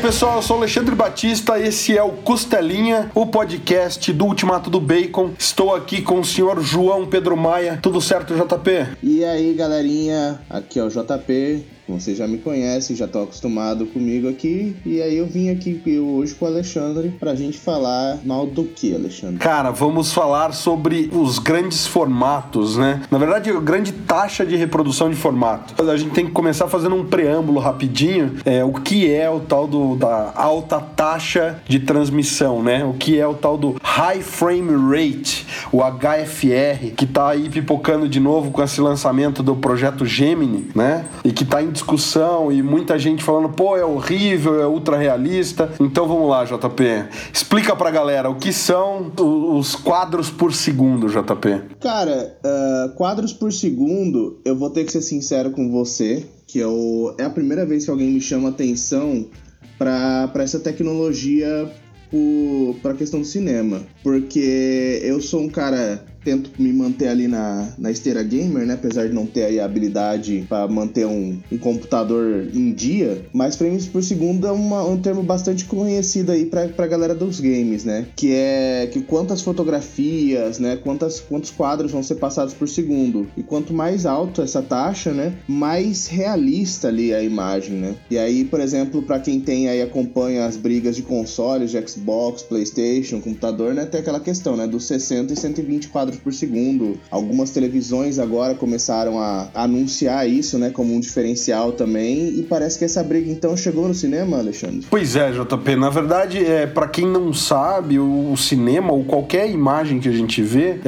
pessoal, eu sou o Alexandre Batista, esse é o Costelinha, o podcast do Ultimato do Bacon. Estou aqui com o senhor João Pedro Maia. Tudo certo, JP? E aí, galerinha, aqui é o JP. Vocês já me conhecem, já estão acostumados comigo aqui. E aí eu vim aqui hoje com o Alexandre pra gente falar mal do que, Alexandre? Cara, vamos falar sobre os grandes formatos, né? Na verdade, a grande taxa de reprodução de formato. A gente tem que começar fazendo um preâmbulo rapidinho. O que é o tal da alta taxa de transmissão, né? O que é o tal do High Frame Rate, o HFR, que tá aí pipocando de novo com esse lançamento do projeto Gemini, né? E que tá em discussão e muita gente falando, pô, é horrível, é ultra realista. Então vamos lá, JP. Explica pra galera o que são os quadros por segundo, JP. Cara, quadros por segundo, eu vou ter que ser sincero com você, que é a primeira vez que alguém me chama atenção pra essa tecnologia pra questão do cinema. Porque eu sou um cara... Tento me manter ali na esteira gamer, né? Apesar de não ter aí a habilidade para manter um computador em dia. Mas frames por segundo é um termo bastante conhecido aí pra galera dos games, né? Que quantas fotografias, né? Quantos quadros vão ser passados por segundo. E quanto mais alto essa taxa, né? Mais realista ali a imagem, né? E aí, por exemplo, para quem acompanha as brigas de consoles, de Xbox, PlayStation, computador, né? Tem aquela questão, né? Dos 60 e 120 quadros por segundo. Algumas televisões agora começaram a anunciar isso, né, como um diferencial também, e parece que essa briga então chegou no cinema, Alexandre? Pois é, JP, na verdade, para quem não sabe, o cinema ou qualquer imagem que a gente vê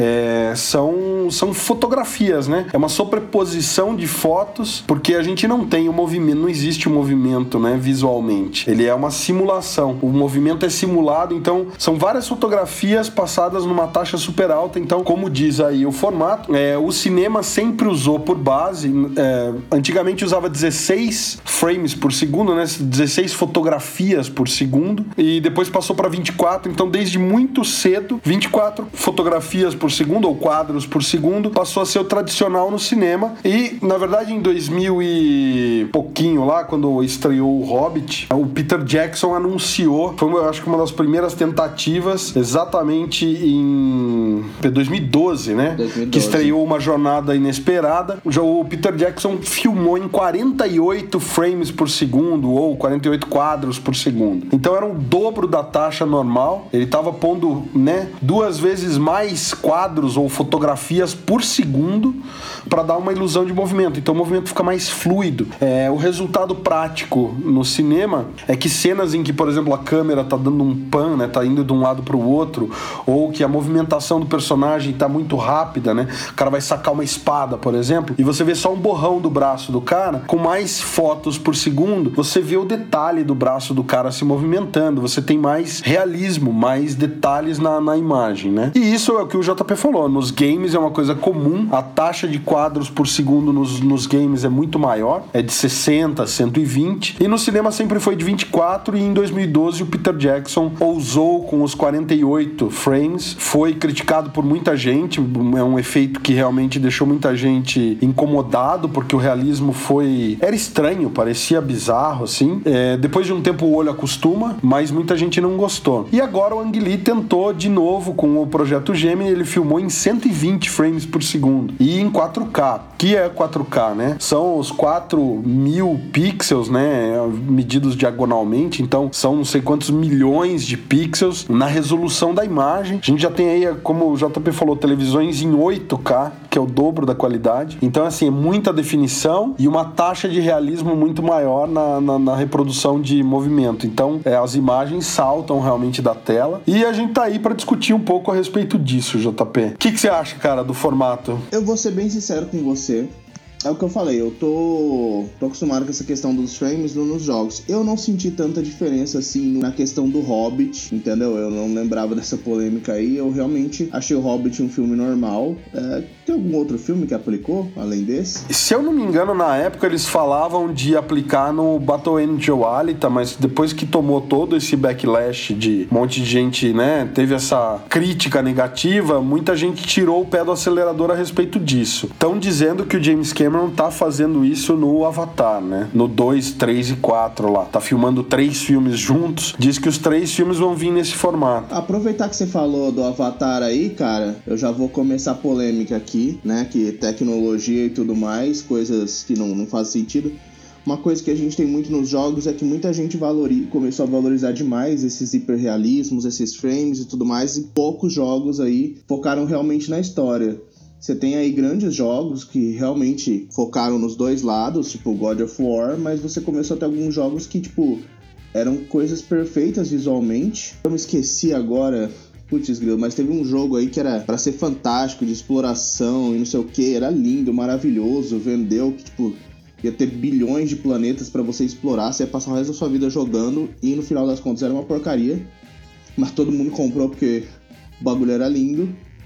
são fotografias, né? É uma sobreposição de fotos, porque a gente não tem o movimento, não existe o movimento, né, visualmente. Ele é uma simulação. O movimento é simulado, então são várias fotografias passadas numa taxa super alta, então como diz aí o formato, o cinema sempre usou por base, antigamente usava 16 frames por segundo, né, 16 fotografias por segundo, e depois passou para 24, então desde muito cedo, 24 fotografias por segundo, ou quadros por segundo, passou a ser o tradicional no cinema, e na verdade em 2000 e pouquinho lá, quando estreou o Hobbit, o Peter Jackson anunciou, foi eu acho que uma das primeiras tentativas, exatamente em 2012, né? 2012. Que estreou Uma Jornada Inesperada. O Peter Jackson filmou em 48 frames por segundo, ou 48 quadros por segundo. Então era um dobro da taxa normal. Ele estava pondo, né, 2 vezes mais quadros ou fotografias por segundo para dar uma ilusão de movimento. Então o movimento fica mais fluido. O resultado prático no cinema é que cenas em que, por exemplo, a câmera tá dando um pan, né, tá indo de um lado para o outro, ou que a movimentação do personagem tá muito rápida, né? O cara vai sacar uma espada, por exemplo, e você vê só um borrão do braço do cara, com mais fotos por segundo, você vê o detalhe do braço do cara se movimentando, você tem mais realismo, mais detalhes na imagem, né? E isso é o que o JP falou, nos games é uma coisa comum, a taxa de quadros por segundo nos games é muito maior, é de 60, 120, e no cinema sempre foi de 24, e em 2012 o Peter Jackson ousou com os 48 frames, foi criticado por muita gente, é um efeito que realmente deixou muita gente incomodado, porque o realismo era estranho, parecia bizarro, assim. Depois de um tempo o olho acostuma, mas muita gente não gostou. E agora o Ang Lee tentou de novo com o projeto Gemini, ele filmou em 120 frames por segundo, e em 4K, que é 4K, né? São os 4.000 pixels, né, medidos diagonalmente, então são não sei quantos milhões de pixels na resolução da imagem. A gente já tem aí, como o JP falou, televisões em 8K, que é o dobro da qualidade. Então, assim, é muita definição e uma taxa de realismo muito maior na reprodução de movimento. Então, as imagens saltam realmente da tela. E a gente tá aí para discutir um pouco a respeito disso, JP. O que você acha, cara, do formato? Eu vou ser bem sincero com você. É o que eu falei, eu tô acostumado com essa questão dos frames nos jogos. Eu não senti tanta diferença assim na questão do Hobbit, entendeu? Eu não lembrava dessa polêmica aí. Eu realmente achei o Hobbit um filme normal. Tem algum outro filme que aplicou, além desse? Se eu não me engano, na época eles falavam de aplicar no Battle Angel Alita, mas depois que tomou todo esse backlash de um monte de gente, né, teve essa crítica negativa, muita gente tirou o pé do acelerador a respeito disso. Estão dizendo que o James Cameron Cameron tá fazendo isso no Avatar, né? No 2, 3 e 4 lá. Tá filmando 3 filmes juntos. Diz que os 3 filmes vão vir nesse formato. Aproveitar que você falou do Avatar aí, cara, eu já vou começar a polêmica aqui, né? Que tecnologia e tudo mais, coisas que não fazem sentido. Uma coisa que a gente tem muito nos jogos é que muita gente começou a valorizar demais esses hiperrealismos, esses frames e tudo mais, e poucos jogos aí focaram realmente na história. Você tem aí grandes jogos que realmente focaram nos dois lados, tipo God of War, mas você começou a ter alguns jogos que, tipo, eram coisas perfeitas visualmente. Eu me esqueci agora, putz grilo, mas teve um jogo aí que era pra ser fantástico, de exploração e não sei o que, era lindo, maravilhoso, vendeu, que tipo... ia ter bilhões de planetas pra você explorar, você ia passar o resto da sua vida jogando, e no final das contas era uma porcaria, mas todo mundo comprou porque o bagulho era lindo.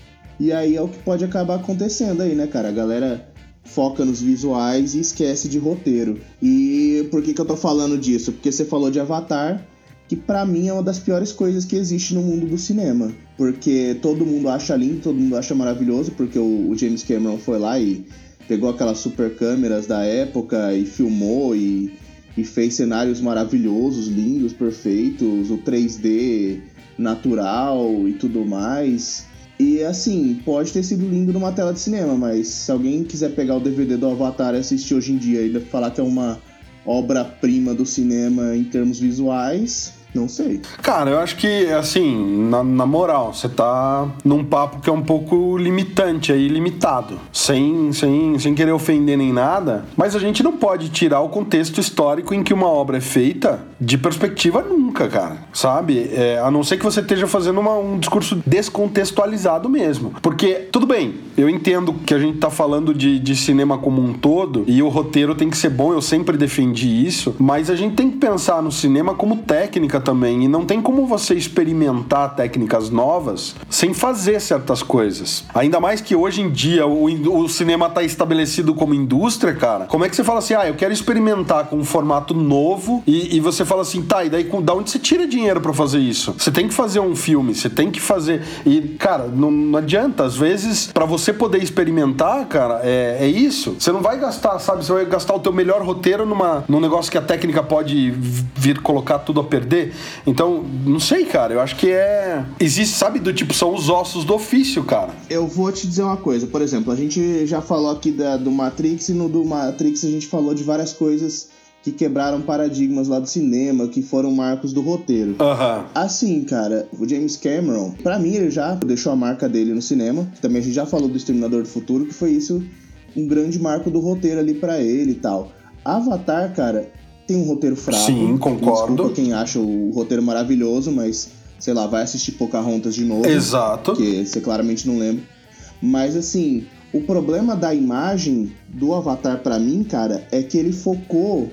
E aí é o que pode acabar acontecendo aí, né, cara? A galera foca nos visuais e esquece de roteiro. E por que eu tô falando disso? Porque você falou de Avatar, que pra mim é uma das piores coisas que existe no mundo do cinema. Porque todo mundo acha lindo, todo mundo acha maravilhoso, porque o James Cameron foi lá e pegou aquelas super câmeras da época e filmou e fez cenários maravilhosos, lindos, perfeitos, o 3D natural e tudo mais. E assim, pode ter sido lindo numa tela de cinema, mas se alguém quiser pegar o DVD do Avatar e assistir hoje em dia e falar que é uma obra-prima do cinema em termos visuais... não sei. Cara, eu acho que, assim, na moral, você tá num papo que é um pouco limitante aí, limitado. Sem querer ofender nem nada, mas a gente não pode tirar o contexto histórico em que uma obra é feita de perspectiva nunca, cara. Sabe? A não ser que você esteja fazendo um discurso descontextualizado mesmo. Porque, tudo bem, eu entendo que a gente tá falando de cinema como um todo, e o roteiro tem que ser bom, eu sempre defendi isso, mas a gente tem que pensar no cinema como técnica também, e não tem como você experimentar técnicas novas sem fazer certas coisas. Ainda mais que hoje em dia o cinema tá estabelecido como indústria, cara. Como é que você fala assim, eu quero experimentar com um formato novo, e você fala assim, tá, e daí da onde você tira dinheiro pra fazer isso? Você tem que fazer um filme, você tem que fazer... E, cara, não adianta. Às vezes, pra você poder experimentar, cara, é isso. Você não vai gastar, sabe? Você vai gastar o teu melhor roteiro num negócio que a técnica pode vir colocar tudo a perder. Então, não sei, cara, eu acho que existe, sabe, do tipo, são os ossos do ofício, cara. Eu vou te dizer uma coisa, por exemplo, a gente já falou aqui do Matrix, e no do Matrix a gente falou de várias coisas que quebraram paradigmas lá do cinema, que foram marcos do roteiro. Assim, cara, o James Cameron, pra mim, ele já deixou a marca dele no cinema, que também a gente já falou do Exterminador do Futuro, que foi isso, um grande marco do roteiro ali pra ele e tal. Avatar, cara... tem um roteiro fraco. Sim, concordo. Desculpa quem acha o roteiro maravilhoso, mas, sei lá, vai assistir Pocahontas de novo. Exato. Porque você claramente não lembra. Mas, assim, o problema da imagem do Avatar pra mim, cara, é que ele focou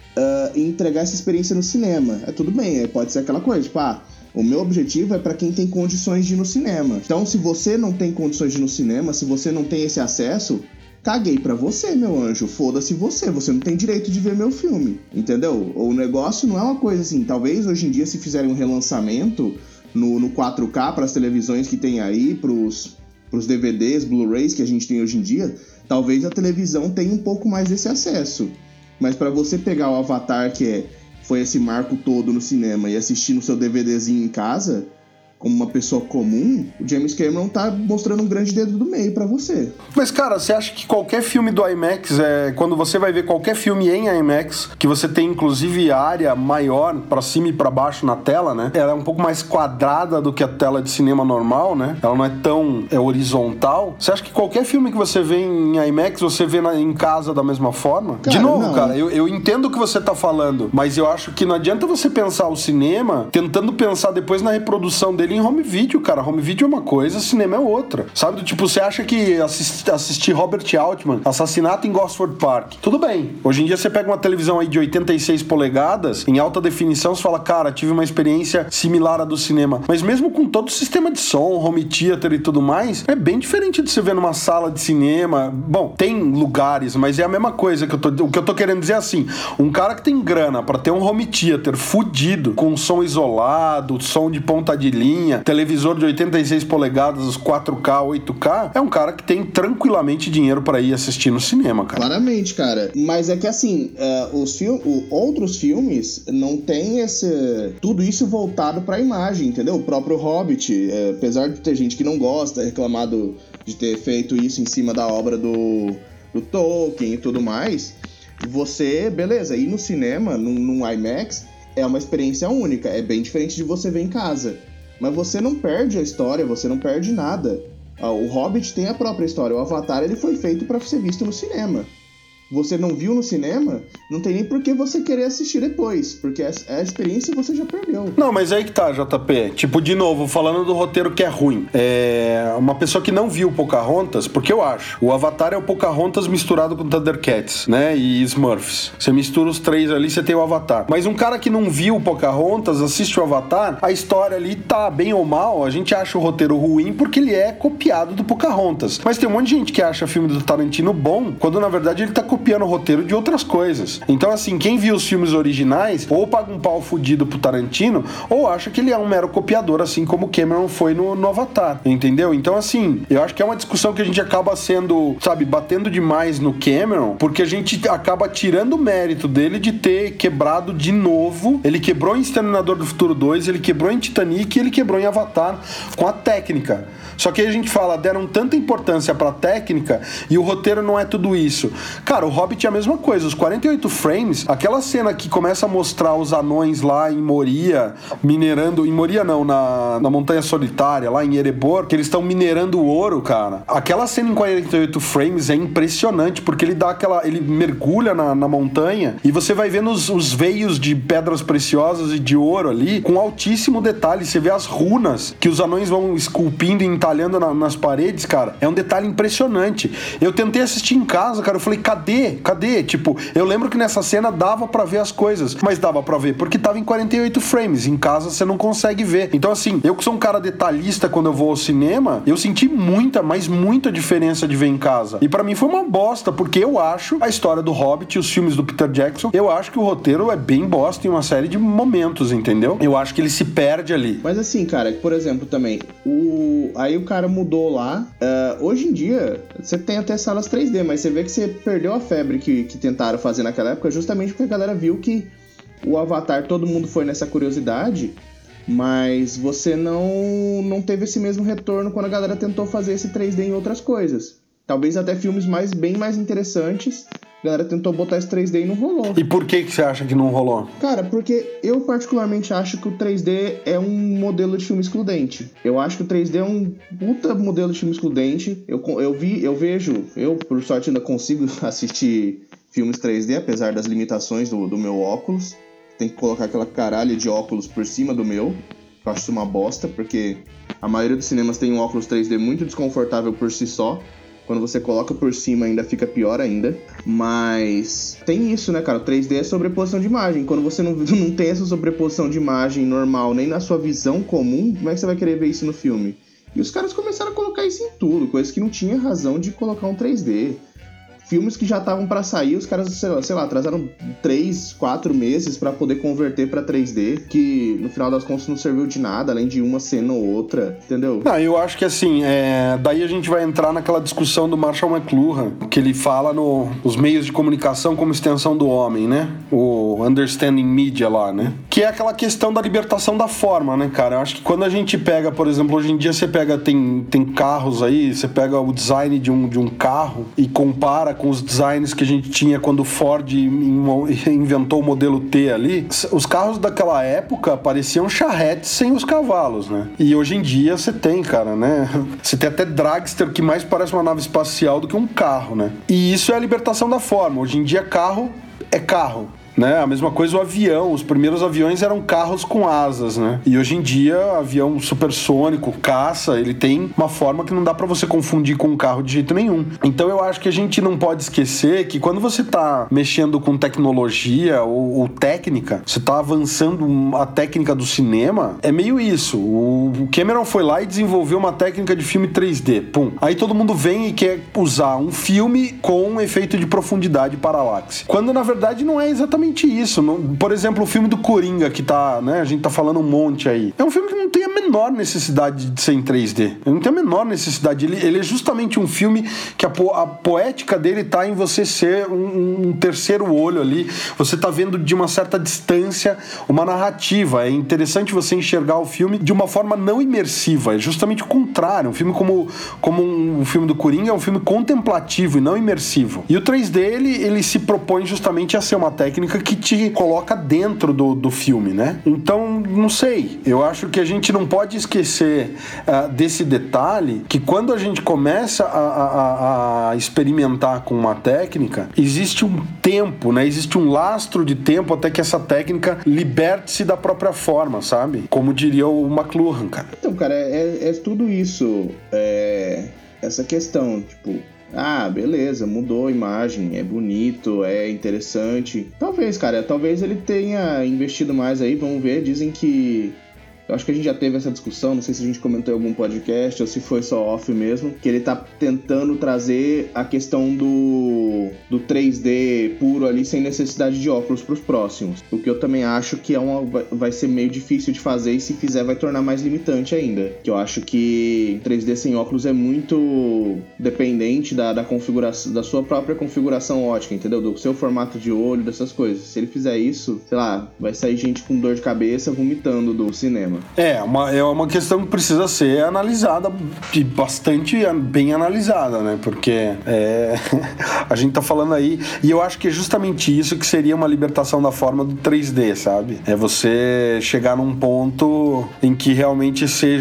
em entregar essa experiência no cinema. Tudo bem, pode ser aquela coisa, tipo, o meu objetivo é pra quem tem condições de ir no cinema. Então, se você não tem condições de ir no cinema, se você não tem esse acesso... caguei pra você, meu anjo, foda-se você não tem direito de ver meu filme, entendeu? O negócio não é uma coisa assim, talvez hoje em dia se fizerem um relançamento no 4K pras televisões que tem aí, pros DVDs, Blu-rays que a gente tem hoje em dia, talvez a televisão tenha um pouco mais desse acesso, mas pra você pegar o Avatar, que foi esse marco todo no cinema, e assistir no seu DVDzinho em casa... como uma pessoa comum, o James Cameron tá mostrando um grande dedo do meio pra você. Mas, cara, você acha que qualquer filme do IMAX, quando você vai ver qualquer filme em IMAX, que você tem inclusive área maior pra cima e pra baixo na tela, né? Ela é um pouco mais quadrada do que a tela de cinema normal, né? Ela não é tão horizontal. Você acha que qualquer filme que você vê em IMAX, você vê em casa da mesma forma? Cara, de novo, não. Cara, eu entendo o que você tá falando, mas eu acho que não adianta você pensar o cinema tentando pensar depois na reprodução dele em home video, cara. Home video é uma coisa, cinema é outra. Sabe? Do tipo, você acha que assistir Robert Altman, Assassinato em Gosford Park, tudo bem. Hoje em dia você pega uma televisão aí de 86 polegadas, em alta definição, você fala, cara, tive uma experiência similar à do cinema. Mas mesmo com todo o sistema de som, home theater e tudo mais, é bem diferente de você ver numa sala de cinema. Bom, tem lugares, mas é a mesma coisa o que eu tô querendo dizer é assim, um cara que tem grana pra ter um home theater fudido, com som isolado, som de ponta de linha, telinha, televisor de 86 polegadas, 4K, 8K, é um cara que tem tranquilamente dinheiro pra ir assistir no cinema, cara. Claramente, cara. Mas é que assim, outros filmes não tem tudo isso voltado pra imagem, entendeu? O próprio Hobbit, apesar de ter gente que não gosta, reclamado de ter feito isso em cima da obra do Tolkien e tudo mais, você, beleza, ir no cinema, num IMAX, é uma experiência única, é bem diferente de você ver em casa. Mas você não perde a história, você não perde nada. O Hobbit tem a própria história, o Avatar ele foi feito para ser visto no cinema. Você não viu no cinema, não tem nem por que você querer assistir depois, porque a experiência você já perdeu. Não, mas aí que tá, JP. Tipo, de novo, falando do roteiro que é ruim. Uma pessoa que não viu Pocahontas, porque eu acho, o Avatar é o Pocahontas misturado com Thundercats, né, e Smurfs. Você mistura os três ali, você tem o Avatar. Mas um cara que não viu Pocahontas, assiste o Avatar, a história ali tá bem ou mal, a gente acha o roteiro ruim porque ele é copiado do Pocahontas. Mas tem um monte de gente que acha filme do Tarantino bom, quando na verdade ele tá copiando o roteiro de outras coisas. Então, assim, quem viu os filmes originais, ou paga um pau fudido pro Tarantino, ou acha que ele é um mero copiador, assim como o Cameron foi no Avatar, entendeu? Então, assim, eu acho que é uma discussão que a gente acaba sendo, sabe, batendo demais no Cameron, porque a gente acaba tirando o mérito dele de ter quebrado de novo. Ele quebrou em Exterminador do Futuro 2, ele quebrou em Titanic e ele quebrou em Avatar com a técnica. Só que aí a gente fala, deram tanta importância pra técnica e o roteiro não é tudo isso. Cara, o Hobbit é a mesma coisa, os 48 frames, aquela cena que começa a mostrar os anões lá em Moria, minerando, em Moria não, na Montanha Solitária, lá em Erebor, que eles estão minerando ouro, cara. Aquela cena em 48 frames é impressionante, porque ele mergulha na montanha e você vai vendo os veios de pedras preciosas e de ouro ali, com altíssimo detalhe. Você vê as runas que os anões vão esculpindo e entalhando nas paredes, cara. É um detalhe impressionante. Eu tentei assistir em casa, cara, eu falei, cadê? Tipo, eu lembro que nessa cena dava pra ver as coisas, mas dava pra ver porque tava em 48 frames. Em casa você não consegue ver. Então, assim, eu que sou um cara detalhista quando eu vou ao cinema, eu senti muita diferença de ver em casa. E pra mim foi uma bosta, porque eu acho a história do Hobbit e os filmes do Peter Jackson, eu acho que o roteiro é bem bosta em uma série de momentos, entendeu? Eu acho que ele se perde ali. Mas assim, cara, por exemplo, também, aí o cara mudou lá. Hoje em dia, você tem até salas 3D, mas você vê que você perdeu a febre que tentaram fazer naquela época, justamente porque a galera viu que o Avatar, todo mundo foi nessa curiosidade, mas você não teve esse mesmo retorno quando a galera tentou fazer esse 3D em outras coisas. Talvez até filmes bem mais interessantes, a galera tentou botar esse 3D e não rolou. E por que você acha que não rolou? Cara, porque eu particularmente acho que o 3D é um modelo de filme excludente. Eu acho que o 3D é um puta modelo de filme excludente. Eu por sorte ainda consigo assistir filmes 3D, apesar das limitações do meu óculos. Tem que colocar aquela caralho de óculos por cima do meu. Eu acho isso uma bosta, porque a maioria dos cinemas tem um óculos 3D muito desconfortável por si só. Quando você coloca por cima ainda fica pior ainda. Mas tem isso, né, cara? O 3D é sobreposição de imagem. Quando você não tem essa sobreposição de imagem normal, nem na sua visão comum, como é que você vai querer ver isso no filme? E os caras começaram a colocar isso em tudo, coisa que não tinha razão de colocar um 3D. Filmes que já estavam pra sair, os caras, sei lá, atrasaram 3, 4 meses pra poder converter pra 3D, que no final das contas não serviu de nada, além de uma cena ou outra, entendeu? Não, eu acho que assim, daí a gente vai entrar naquela discussão do Marshall McLuhan, que ele fala nos meios de comunicação como extensão do homem, né? O Understanding Media lá, né? Que é aquela questão da libertação da forma, né, cara? Eu acho que quando a gente pega, por exemplo, hoje em dia você pega, tem carros aí, você pega o design de um carro e compara com os designs que a gente tinha quando o Ford inventou o modelo T ali, os carros daquela época pareciam charretes sem os cavalos, né? E hoje em dia você tem, cara, né? Você tem até dragster que mais parece uma nave espacial do que um carro, né? E isso é a libertação da forma. Hoje em dia carro é carro, né? A mesma coisa o avião, os primeiros aviões eram carros com asas, né? E hoje em dia, avião supersônico, caça, ele tem uma forma que não dá pra você confundir com um carro de jeito nenhum. Então eu acho que a gente não pode esquecer que quando você tá mexendo com tecnologia ou técnica, você tá avançando a técnica do cinema, é meio isso. O Cameron foi lá e desenvolveu uma técnica de filme 3D, pum. Aí todo mundo vem e quer usar um filme com um efeito de profundidade e paralaxe. Quando na verdade não é exatamente justamente isso. Por exemplo, o filme do Coringa, que tá, né, a gente tá falando um monte aí. É um filme que não tem a menor necessidade de ser em 3D. Ele não tem a menor necessidade. Ele é justamente um filme que a poética dele tá em você ser um terceiro olho ali. Você tá vendo de uma certa distância uma narrativa. É interessante você enxergar o filme de uma forma não imersiva. É justamente o contrário. Um filme como um filme do Coringa é um filme contemplativo e não imersivo. E o 3D, ele se propõe justamente a ser uma técnica que te coloca dentro do filme, né? Então, não sei. Eu acho que a gente não pode esquecer desse detalhe, que quando a gente começa a experimentar com uma técnica, existe um tempo, né? Existe um lastro de tempo até que essa técnica liberte-se da própria forma, sabe? Como diria o McLuhan, cara. Então, cara, é tudo isso. Essa questão, tipo... beleza, mudou a imagem, é bonito, é interessante. Talvez ele tenha investido mais aí, vamos ver. Dizem que... Eu acho que a gente já teve essa discussão, não sei se a gente comentou em algum podcast ou se foi só off mesmo, que ele tá tentando trazer a questão do 3D puro ali, sem necessidade de óculos pros próximos. O que eu também acho que vai ser meio difícil de fazer, e se fizer vai tornar mais limitante ainda. Que eu acho que 3D sem óculos é muito dependente da configuração, da sua própria configuração ótica, entendeu? Do seu formato de olho, dessas coisas. Se ele fizer isso, sei lá, vai sair gente com dor de cabeça vomitando do cinema. É uma questão que precisa ser analisada, e bastante bem analisada, né? Porque a gente tá falando aí, e eu acho que é justamente isso que seria uma libertação da forma do 3D, sabe? É você chegar num ponto em que realmente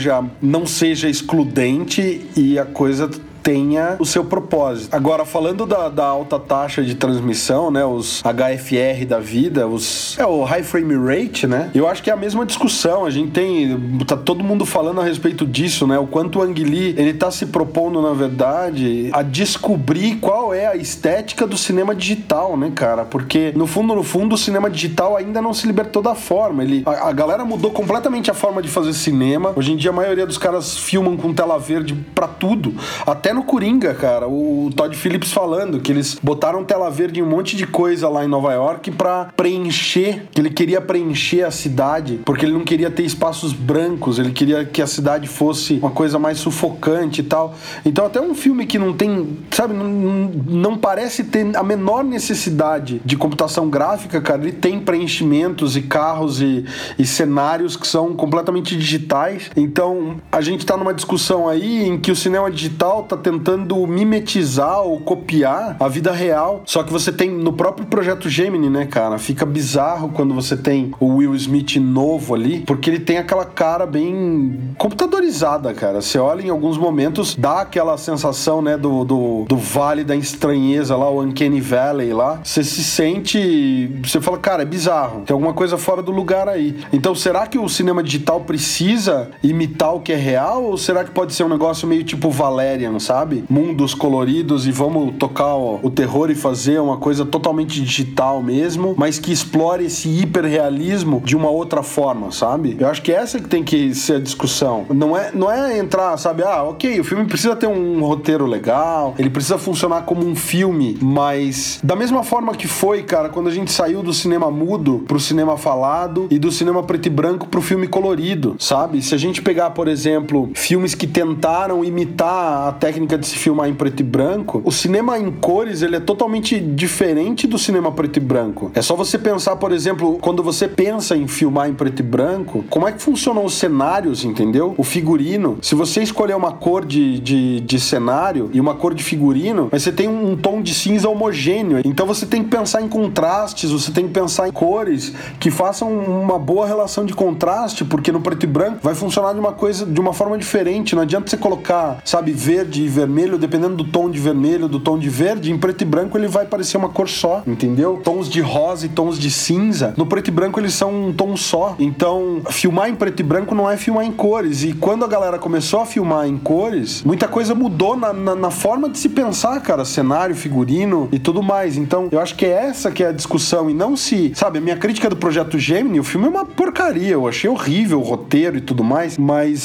não seja excludente e a coisa tenha o seu propósito. Agora, falando da alta taxa de transmissão, né, os HFR da vida, o High Frame Rate, né, eu acho que é a mesma discussão. A gente tá todo mundo falando a respeito disso, né, o quanto o Ang Lee, ele tá se propondo, na verdade, a descobrir qual é a estética do cinema digital, né, cara, porque no fundo o cinema digital ainda não se libertou da forma. A galera mudou completamente a forma de fazer cinema. Hoje em dia a maioria dos caras filmam com tela verde pra tudo, até no Coringa, cara, o Todd Phillips falando que eles botaram tela verde em um monte de coisa lá em Nova York pra preencher, que ele queria preencher a cidade, porque ele não queria ter espaços brancos, ele queria que a cidade fosse uma coisa mais sufocante e tal. Então até um filme que não tem, sabe, não parece ter a menor necessidade de computação gráfica, cara, ele tem preenchimentos e carros e cenários que são completamente digitais. Então a gente tá numa discussão aí em que o cinema digital tá tentando mimetizar ou copiar a vida real, só que você tem no próprio projeto Gemini, né, cara? Fica bizarro quando você tem o Will Smith novo ali, porque ele tem aquela cara bem computadorizada, cara. Você olha em alguns momentos, dá aquela sensação, né, do Vale da Estranheza lá, o Uncanny Valley lá. Você se sente... Você fala, cara, é bizarro. Tem alguma coisa fora do lugar aí. Então, será que o cinema digital precisa imitar o que é real? Ou será que pode ser um negócio meio tipo Valerian, sabe? Mundos coloridos e vamos tocar o terror e fazer uma coisa totalmente digital mesmo, mas que explore esse hiperrealismo de uma outra forma, sabe? Eu acho que essa que tem que ser a discussão. Não é entrar, sabe? Ok, o filme precisa ter um roteiro legal, ele precisa funcionar como um filme, mas da mesma forma que foi, cara, quando a gente saiu do cinema mudo pro cinema falado e do cinema preto e branco pro filme colorido, sabe? Se a gente pegar, por exemplo, filmes que tentaram imitar a técnica de se filmar em preto e branco, o cinema em cores, ele é totalmente diferente do cinema preto e branco. É só você pensar, por exemplo, quando você pensa em filmar em preto e branco, como é que funcionam os cenários, entendeu? O figurino. Se você escolher uma cor de cenário e uma cor de figurino, mas você tem um tom de cinza homogêneo. Então você tem que pensar em contrastes, você tem que pensar em cores que façam uma boa relação de contraste, porque no preto e branco vai funcionar de uma forma diferente. Não adianta você colocar, sabe, verde e vermelho, dependendo do tom de vermelho, do tom de verde, em preto e branco ele vai parecer uma cor só, entendeu? Tons de rosa e tons de cinza, no preto e branco eles são um tom só. Então, filmar em preto e branco não é filmar em cores. E quando a galera começou a filmar em cores, muita coisa mudou na forma de se pensar, cara, cenário, figurino e tudo mais. Então, eu acho que é essa que é a discussão, e não se... Sabe, a minha crítica do projeto Gemini, o filme é uma porcaria, eu achei horrível o roteiro e tudo mais, mas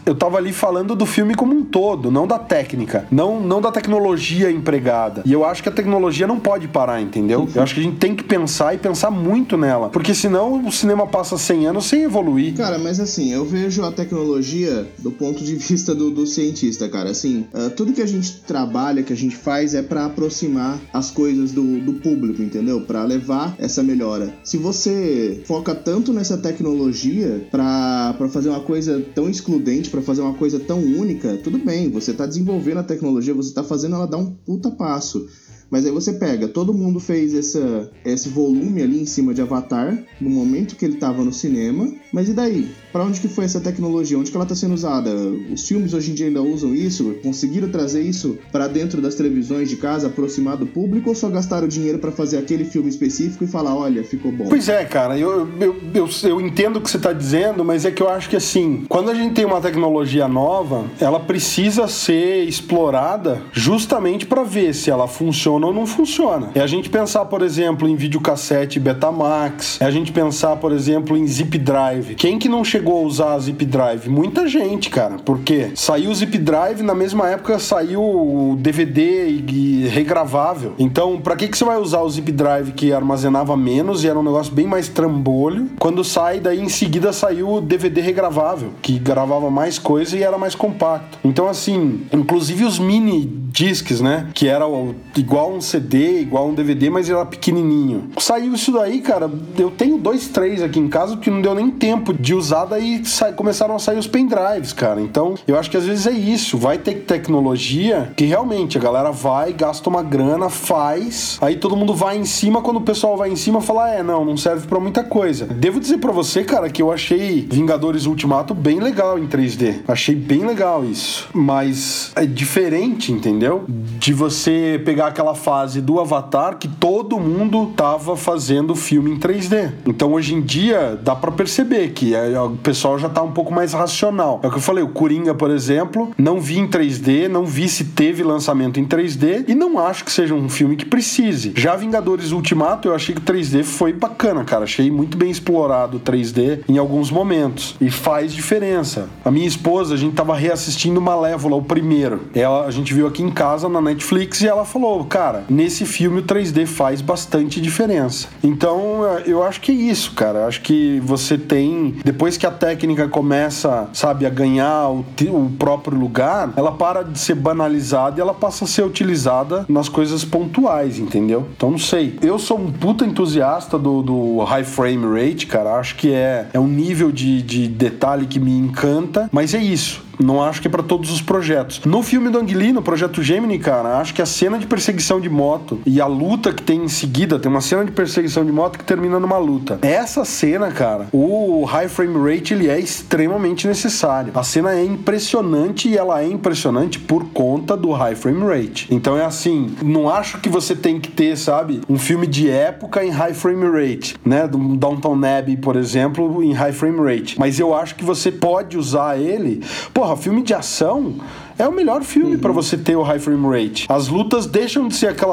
eu tava ali falando do filme como um todo, não da técnica, não da tecnologia empregada. E eu acho que a tecnologia não pode parar, entendeu? Eu acho que a gente tem que pensar e pensar muito nela, porque senão o cinema passa 100 anos sem evoluir. Cara, mas assim, eu vejo a tecnologia do ponto de vista do cientista, cara. Assim, tudo que a gente trabalha, que a gente faz é pra aproximar as coisas do público, entendeu? Pra levar essa melhora. Se você foca tanto nessa tecnologia pra fazer uma coisa tão excludente, pra fazer uma coisa tão única, tudo bem, você tá desenvolvendo a tecnologia, você tá fazendo ela dar um puta passo. Mas aí você pega, todo mundo fez esse volume ali em cima de Avatar, no momento que ele tava no cinema, mas e daí? Pra onde que foi essa tecnologia? Onde que ela tá sendo usada? Os filmes hoje em dia ainda usam isso? Conseguiram trazer isso pra dentro das televisões de casa, aproximar do público, ou só gastaram dinheiro pra fazer aquele filme específico e falar, olha, ficou bom? Pois é, cara, eu entendo o que você tá dizendo, mas é que eu acho que assim, quando a gente tem uma tecnologia nova, ela precisa ser explorada justamente pra ver se ela funciona ou não funciona. É a gente pensar, por exemplo, em videocassete Betamax, é a gente pensar, por exemplo, em zip drive. Quem que não chegou a usar a zip drive? Muita gente, cara, porque saiu o zip drive, na mesma época saiu o DVD e regravável. Então, pra que você vai usar o zip drive que armazenava menos e era um negócio bem mais trambolho, quando sai, daí em seguida saiu o DVD regravável, que gravava mais coisa e era mais compacto. Então, assim, inclusive os mini discs, né, que era igual um CD, igual um DVD, mas era pequenininho. Saiu isso daí, cara, eu tenho 2, 3 aqui em casa que não deu nem tempo de usar, daí começaram a sair os pendrives, cara. Então, eu acho que às vezes é isso, vai ter tecnologia que realmente a galera vai, gasta uma grana, faz, aí todo mundo vai em cima, quando o pessoal vai em cima, fala, não serve pra muita coisa. Devo dizer pra você, cara, que eu achei Vingadores Ultimato bem legal em 3D. Achei bem legal isso. Mas é diferente, entendeu? De você pegar aquela fase do Avatar que todo mundo tava fazendo filme em 3D. Então hoje em dia dá pra perceber que o pessoal já tá um pouco mais racional. É o que eu falei, o Coringa, por exemplo, não vi em 3D, não vi se teve lançamento em 3D e não acho que seja um filme que precise. Já Vingadores Ultimato, eu achei que o 3D foi bacana, cara. Achei muito bem explorado o 3D em alguns momentos. E faz diferença. A minha esposa, a gente tava reassistindo Malévola, o primeiro. A gente viu aqui em casa na Netflix e ela falou, cara, nesse filme o 3D faz bastante diferença. Então, eu acho que é isso, cara. Eu acho que você tem, depois que a técnica começa, sabe, a ganhar o próprio lugar, ela para de ser banalizada e ela passa a ser utilizada nas coisas pontuais, entendeu? Então, não sei. Eu sou um puta entusiasta do high frame rate, cara. Acho que é um nível de detalhe que me encanta, mas é isso. Não acho que é pra todos os projetos. No filme do Ang Lee, no Projeto Gemini, cara, acho que a cena de perseguição de moto e a luta que tem em seguida, tem uma cena de perseguição de moto que termina numa luta. Essa cena, cara, o high frame rate, ele é extremamente necessário. A cena é impressionante e ela é impressionante por conta do high frame rate. Então é assim, não acho que você tem que ter, sabe, um filme de época em high frame rate, né, do Downton Abbey, por exemplo, em high frame rate. Mas eu acho que você pode usar ele, filme de ação é o melhor filme pra você ter o high frame rate. As lutas deixam de ser aquela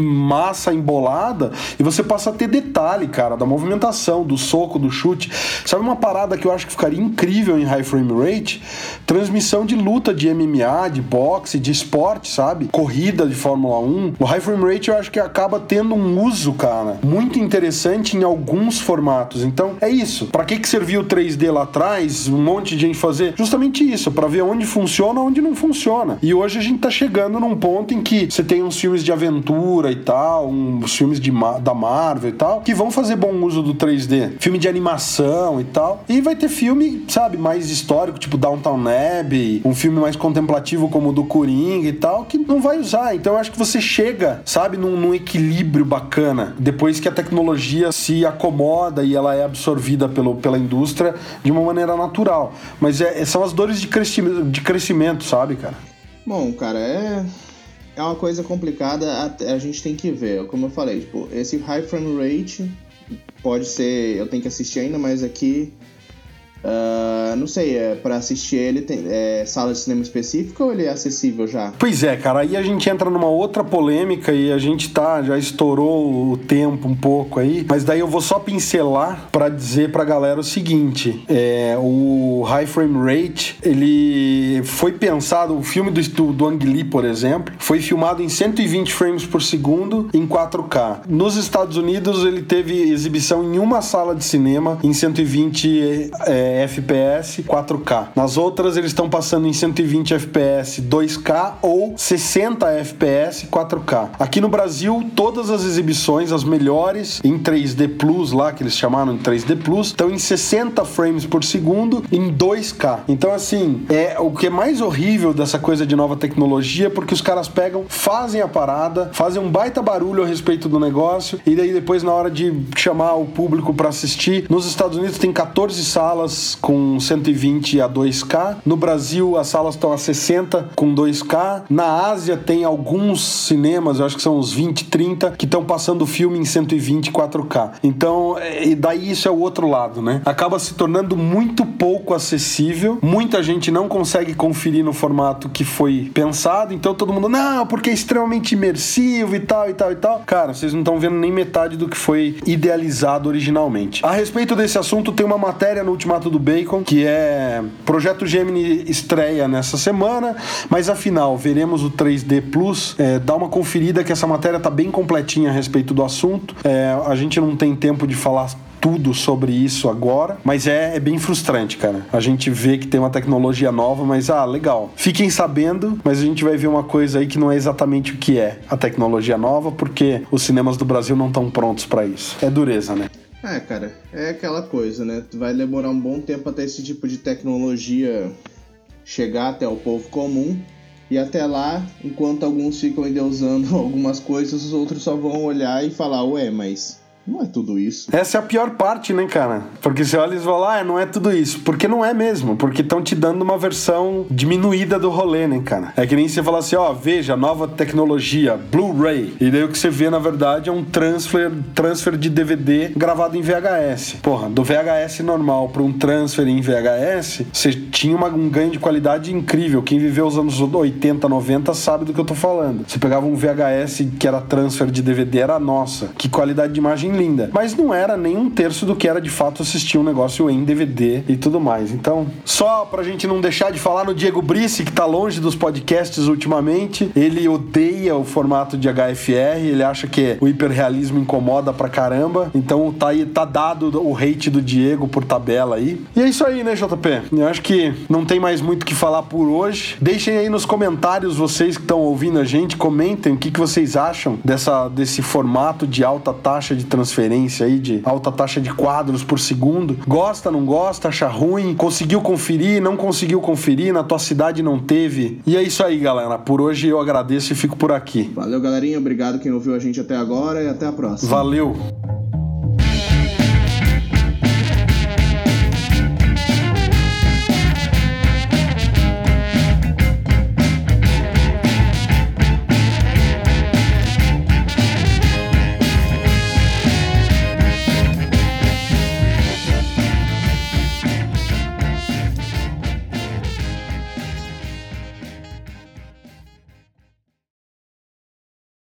massa embolada e você passa a ter detalhe, cara, da movimentação, do soco, do chute. Sabe uma parada que eu acho que ficaria incrível em high frame rate? Transmissão de luta de MMA, de boxe, de esporte, sabe? Corrida de Fórmula 1. O high frame rate eu acho que acaba tendo um uso, cara, muito interessante em alguns formatos. Então, é isso. Pra que serviu o 3D lá atrás? Um monte de gente fazer? Justamente isso, pra ver onde funciona, onde não funciona. E hoje a gente tá chegando num ponto em que você tem uns filmes de aventura e tal, uns filmes da Marvel e tal, que vão fazer bom uso do 3D. Filme de animação e tal. E vai ter filme, sabe, mais histórico, tipo Downton Abbey, um filme mais contemplativo como o do Coringa e tal, que não vai usar. Então eu acho que você chega, sabe, num equilíbrio bacana, depois que a tecnologia se acomoda e ela é absorvida pela indústria de uma maneira natural. Mas são as dores de crescimento, sabe, cara? Bom, cara, é uma coisa complicada, a gente tem que ver. Como eu falei, tipo, esse high frame rate pode ser, eu tenho que assistir ainda, mas aqui Não sei, pra assistir ele tem sala de cinema específica ou ele é acessível já? Pois é, cara, aí a gente entra numa outra polêmica e a gente já estourou o tempo um pouco aí, mas daí eu vou só pincelar pra dizer pra galera o seguinte, o High Frame Rate, ele foi pensado, o filme do Ang Lee, por exemplo, foi filmado em 120 frames por segundo em 4K. Nos Estados Unidos ele teve exibição em uma sala de cinema em 120 FPS 4K. Nas outras eles estão passando em 120 FPS 2K ou 60 FPS 4K. Aqui no Brasil, todas as exibições, as melhores em 3D Plus lá, que eles chamaram de 3D Plus, estão em 60 frames por segundo em 2K. Então assim, o que é mais horrível dessa coisa de nova tecnologia, porque os caras pegam, fazem a parada, fazem um baita barulho a respeito do negócio, e daí depois na hora de chamar o público pra assistir, nos Estados Unidos tem 14 salas com 120 a 2K, no Brasil as salas estão a 60 com 2K, na Ásia tem alguns cinemas, eu acho que são uns 20, 30, que estão passando o filme em 120 4K. Então, e daí isso é o outro lado, né? Acaba se tornando muito pouco acessível, muita gente não consegue conferir no formato que foi pensado, então todo mundo, não, porque é extremamente imersivo e tal, e tal, e tal. Cara, vocês não estão vendo nem metade do que foi idealizado originalmente. A respeito desse assunto, tem uma matéria no Ultimato do Bacon, que é Projeto Gemini estreia nessa semana, mas afinal, veremos o 3D Plus. Dá uma conferida que essa matéria tá bem completinha a respeito do assunto. A gente não tem tempo de falar tudo sobre isso agora, mas é bem frustrante, cara. A gente vê que tem uma tecnologia nova, mas legal. Fiquem sabendo, mas a gente vai ver uma coisa aí que não é exatamente o que é a tecnologia nova, porque os cinemas do Brasil não estão prontos pra isso. É dureza, né? Cara, é aquela coisa, né? Vai demorar um bom tempo até esse tipo de tecnologia chegar até o povo comum. E até lá, enquanto alguns ficam endeusando algumas coisas, os outros só vão olhar e falar, mas não é tudo isso. Essa é a pior parte, né, cara? Porque você olha e fala, não é tudo isso. Porque não é mesmo. Porque estão te dando uma versão diminuída do rolê, né, cara? É que nem você falar assim, veja, nova tecnologia, Blu-ray. E daí o que você vê, na verdade, é um transfer de DVD gravado em VHS. Porra, do VHS normal para um transfer em VHS, você tinha um ganho de qualidade incrível. Quem viveu os anos 80, 90 sabe do que eu tô falando. Você pegava um VHS que era transfer de DVD, era nossa. Que qualidade de imagem linda, mas não era nem um terço do que era de fato assistir um negócio em DVD e tudo mais. Então, só pra gente não deixar de falar no Diego Brice, que tá longe dos podcasts ultimamente, ele odeia o formato de HFR, ele acha que o hiperrealismo incomoda pra caramba, então tá dado o hate do Diego por tabela aí. E é isso aí, né, JP? Eu acho que não tem mais muito o que falar por hoje. Deixem aí nos comentários, vocês que estão ouvindo a gente, comentem o que vocês acham desse formato de alta taxa de transferência aí, de alta taxa de quadros por segundo. Gosta, não gosta, acha ruim, conseguiu conferir, não conseguiu conferir, na tua cidade não teve. E é isso aí, galera. Por hoje eu agradeço e fico por aqui. Valeu, galerinha. Obrigado quem ouviu a gente até agora e até a próxima. Valeu!